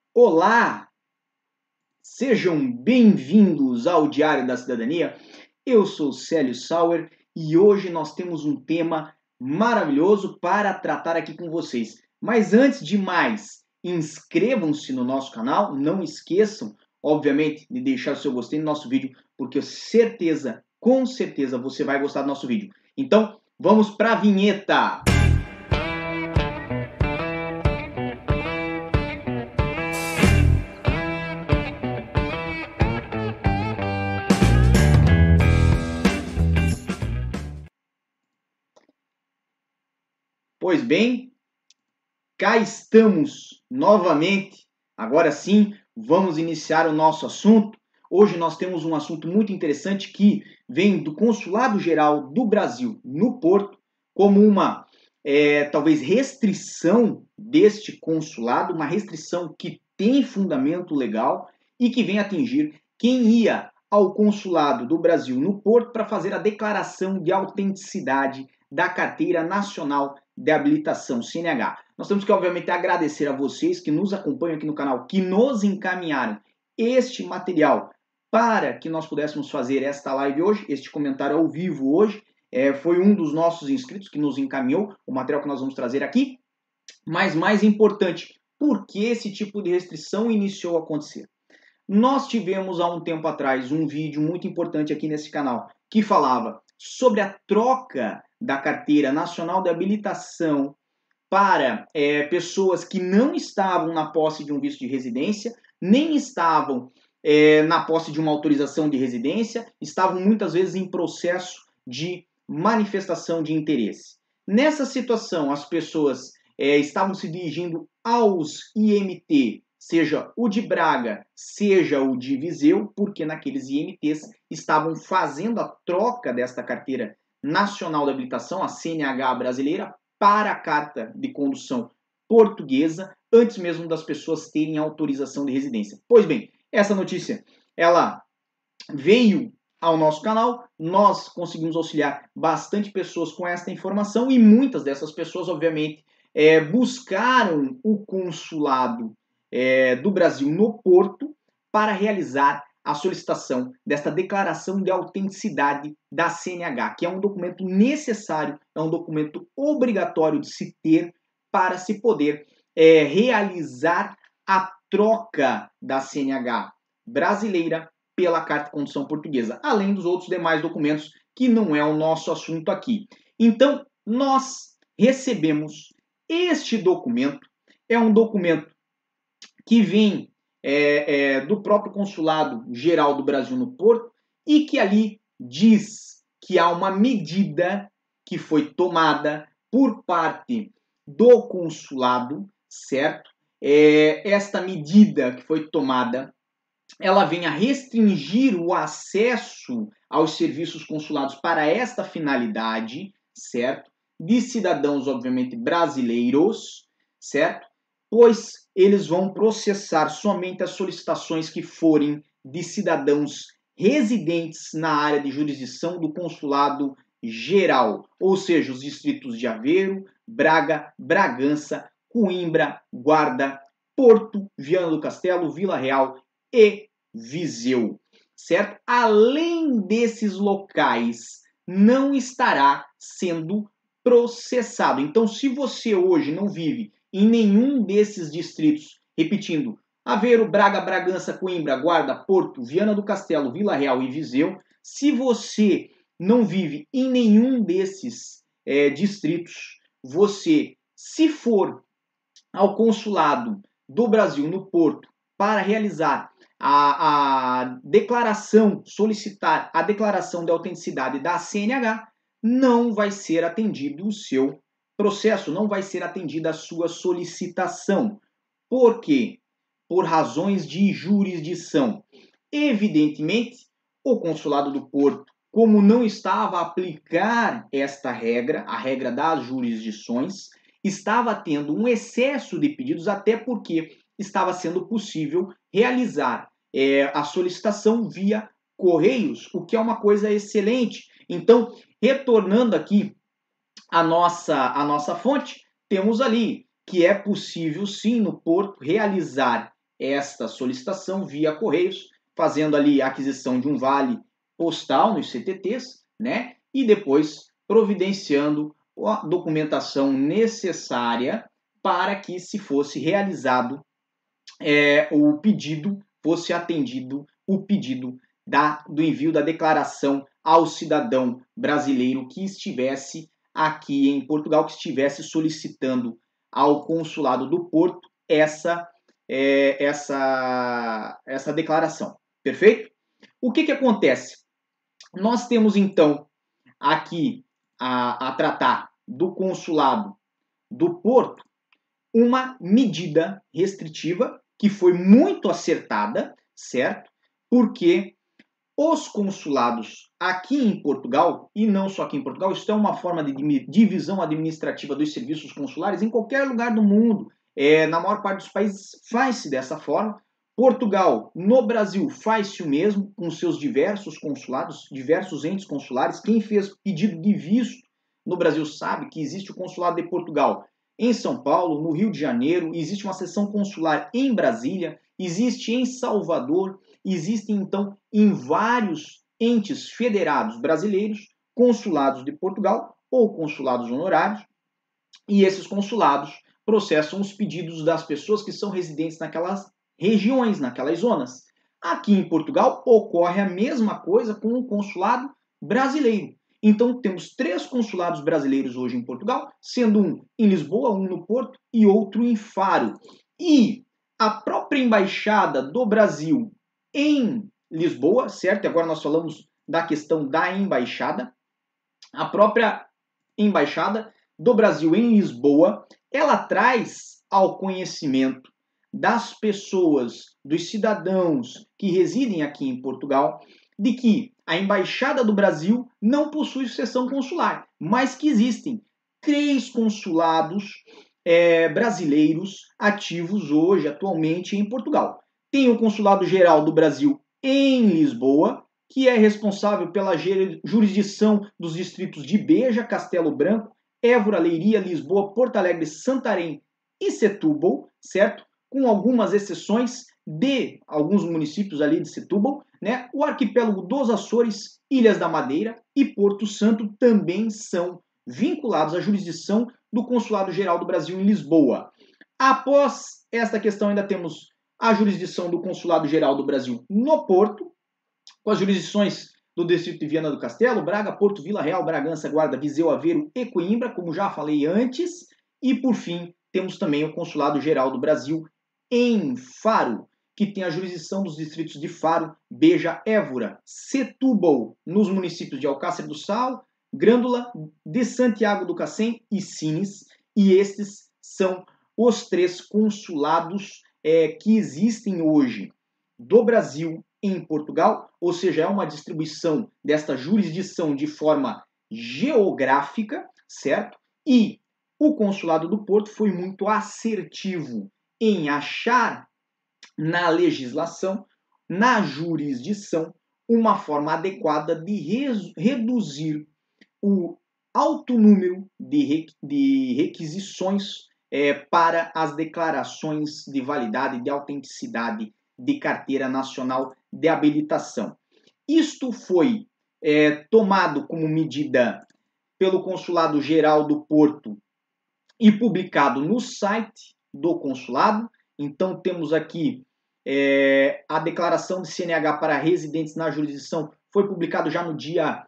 Olá, sejam bem-vindos ao Diário da Cidadania. Eu sou Célio Sauer e hoje nós temos um tema maravilhoso para tratar aqui com vocês. Mas antes de mais, inscrevam-se no nosso canal, não esqueçam, obviamente, de deixar o seu gostei no nosso vídeo, porque eu certeza, com certeza, você vai gostar do nosso vídeo. Então, vamos para a vinheta! Pois bem, cá estamos novamente. Agora sim, vamos iniciar o nosso assunto. Hoje nós temos um assunto muito interessante que vem do Consulado Geral do Brasil no Porto, como uma talvez restrição deste consulado, uma restrição que tem fundamento legal e que vem atingir quem ia ao Consulado do Brasil no Porto para fazer a declaração de autenticidade da Carteira Nacional de Habilitação, CNH. Nós temos que, obviamente, agradecer a vocês que nos acompanham aqui no canal, que nos encaminharam este material para que nós pudéssemos fazer esta live hoje, este comentário ao vivo hoje. Foi um dos nossos inscritos que nos encaminhou o material que nós vamos trazer aqui. Mas mais importante, por que esse tipo de restrição iniciou a acontecer? Nós tivemos há um tempo atrás um vídeo muito importante aqui nesse canal que falava sobre a troca da Carteira Nacional de Habilitação para pessoas que não estavam na posse de um visto de residência, nem estavam na posse de uma autorização de residência, estavam muitas vezes em processo de manifestação de interesse. Nessa situação, as pessoas estavam se dirigindo aos IMT, seja o de Braga, seja o de Viseu, porque naqueles IMTs estavam fazendo a troca desta Carteira Nacional de Habilitação, a CNH brasileira, para a Carta de Condução portuguesa, antes mesmo das pessoas terem autorização de residência. Pois bem, essa notícia, ela veio ao nosso canal, nós conseguimos auxiliar bastante pessoas com esta informação e muitas dessas pessoas, obviamente, buscaram o consulado do Brasil no Porto para realizar a solicitação desta declaração de autenticidade da CNH, que é um documento necessário, é um documento obrigatório de se ter para se poder realizar a troca da CNH brasileira pela Carta de Condução portuguesa, além dos outros demais documentos que não é o nosso assunto aqui. Então, nós recebemos este documento, é um documento que vem do próprio Consulado Geral do Brasil no Porto e que ali diz que há uma medida que foi tomada por parte do consulado, certo? Esta medida que foi tomada, ela vem a restringir o acesso aos serviços consulados para esta finalidade, certo? De cidadãos, obviamente, brasileiros, certo? Pois eles vão processar somente as solicitações que forem de cidadãos residentes na área de jurisdição do Consulado Geral, ou seja, os distritos de Aveiro, Braga, Bragança, Coimbra, Guarda, Porto, Viana do Castelo, Vila Real e Viseu, certo? Além desses locais, não estará sendo processado. Então, se você hoje não vive em nenhum desses distritos, repetindo, Aveiro, Braga, Bragança, Coimbra, Guarda, Porto, Viana do Castelo, Vila Real e Viseu, se você não vive em nenhum desses distritos, você, se for ao consulado do Brasil no Porto para realizar a declaração, solicitar a declaração de autenticidade da CNH, não vai ser atendido o seu processo, não vai ser atendida a sua solicitação. Por quê? Por razões de jurisdição. Evidentemente, o Consulado do Porto, como não estava a aplicar esta regra, a regra das jurisdições, estava tendo um excesso de pedidos, até porque estava sendo possível realizar a solicitação via correios, o que é uma coisa excelente. Então, retornando aqui a nossa fonte, temos ali que é possível sim no Porto realizar esta solicitação via Correios, fazendo ali a aquisição de um vale postal nos CTTs, né? E depois providenciando a documentação necessária para que se fosse realizado o pedido, fosse atendido o pedido do envio da declaração ao cidadão brasileiro que estivesse aqui em Portugal, que estivesse solicitando ao consulado do Porto essa declaração. Perfeito? O que acontece? Nós temos então aqui a tratar do consulado do Porto uma medida restritiva que foi muito acertada, certo? Porque os consulados aqui em Portugal, e não só aqui em Portugal, isso é uma forma de divisão administrativa dos serviços consulares em qualquer lugar do mundo. Na maior parte dos países faz-se dessa forma. Portugal, no Brasil, faz-se o mesmo com seus diversos consulados, diversos entes consulares. Quem fez pedido de visto no Brasil sabe que existe o consulado de Portugal em São Paulo, no Rio de Janeiro, existe uma seção consular em Brasília, existe em Salvador, existem então em vários entes federados brasileiros, consulados de Portugal ou consulados honorários, e esses consulados processam os pedidos das pessoas que são residentes naquelas regiões, naquelas zonas. Aqui em Portugal ocorre a mesma coisa com o consulado brasileiro. Então temos 3 consulados brasileiros hoje em Portugal, sendo um em Lisboa, um no Porto e outro em Faro. E a própria embaixada do Brasil em Lisboa, certo? E agora nós falamos da questão da embaixada. A própria embaixada do Brasil em Lisboa, ela traz ao conhecimento das pessoas, dos cidadãos que residem aqui em Portugal, de que a Embaixada do Brasil não possui seção consular, mas que existem 3 consulados brasileiros ativos hoje, atualmente, em Portugal. Tem o Consulado Geral do Brasil em Lisboa, que é responsável pela jurisdição dos distritos de Beja, Castelo Branco, Évora, Leiria, Lisboa, Porto Alegre, Santarém e Setúbal, certo? Com algumas exceções de alguns municípios ali de Setúbal, né? O arquipélago dos Açores, Ilhas da Madeira e Porto Santo também são vinculados à jurisdição do Consulado Geral do Brasil em Lisboa. Após esta questão, ainda temos a jurisdição do Consulado Geral do Brasil no Porto, com as jurisdições do Distrito de Viana do Castelo, Braga, Porto, Vila Real, Bragança, Guarda, Viseu, Aveiro e Coimbra, como já falei antes. E, por fim, temos também o Consulado Geral do Brasil em Faro, que tem a jurisdição dos distritos de Faro, Beja, Évora, Setúbal, nos municípios de Alcácer do Sal, Grândola, de Santiago do Cacém e Sines. E estes são os 3 consulados que existem hoje do Brasil em Portugal, ou seja, é uma distribuição desta jurisdição de forma geográfica, certo? E o Consulado do Porto foi muito assertivo em achar na legislação, na jurisdição, uma forma adequada de reduzir o alto número de requisições para as declarações de validade e de autenticidade de carteira nacional de habilitação. Isto foi tomado como medida pelo Consulado Geral do Porto e publicado no site do consulado. Então temos aqui a declaração de CNH para residentes na jurisdição, foi publicado já no dia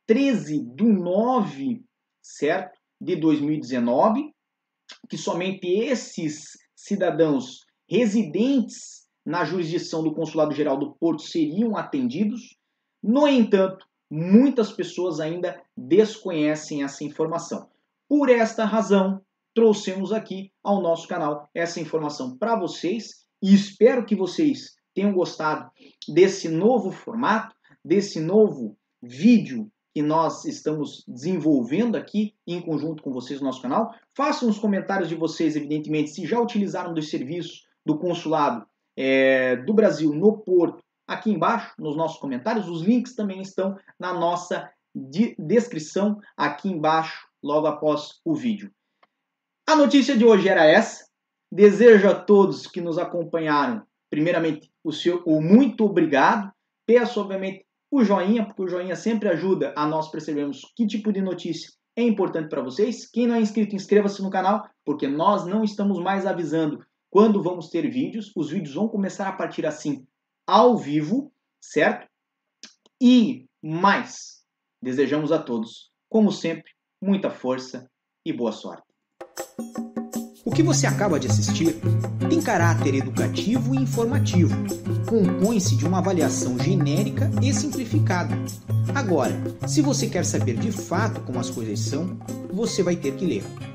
13/9, certo? De 2019, que somente esses cidadãos residentes na jurisdição do Consulado Geral do Porto seriam atendidos. No entanto, muitas pessoas ainda desconhecem essa informação. Por esta razão, trouxemos aqui ao nosso canal essa informação para vocês e espero que vocês tenham gostado desse novo formato, desse novo vídeo que nós estamos desenvolvendo aqui em conjunto com vocês no nosso canal. Façam os comentários de vocês, evidentemente, se já utilizaram dos serviços do Consulado do Brasil no Porto, aqui embaixo nos nossos comentários. Os links também estão na nossa descrição aqui embaixo, logo após o vídeo. A notícia de hoje era essa. Desejo a todos que nos acompanharam primeiramente, o muito obrigado. Peço, obviamente, o joinha, porque o joinha sempre ajuda a nós percebermos que tipo de notícia é importante para vocês. Quem não é inscrito, inscreva-se no canal, porque nós não estamos mais avisando quando vamos ter vídeos. Os vídeos vão começar a partir assim, ao vivo, certo? E mais, desejamos a todos, como sempre, muita força e boa sorte. O que você acaba de assistir tem caráter educativo e informativo. Compõe-se de uma avaliação genérica e simplificada. Agora, se você quer saber de fato como as coisas são, você vai ter que ler.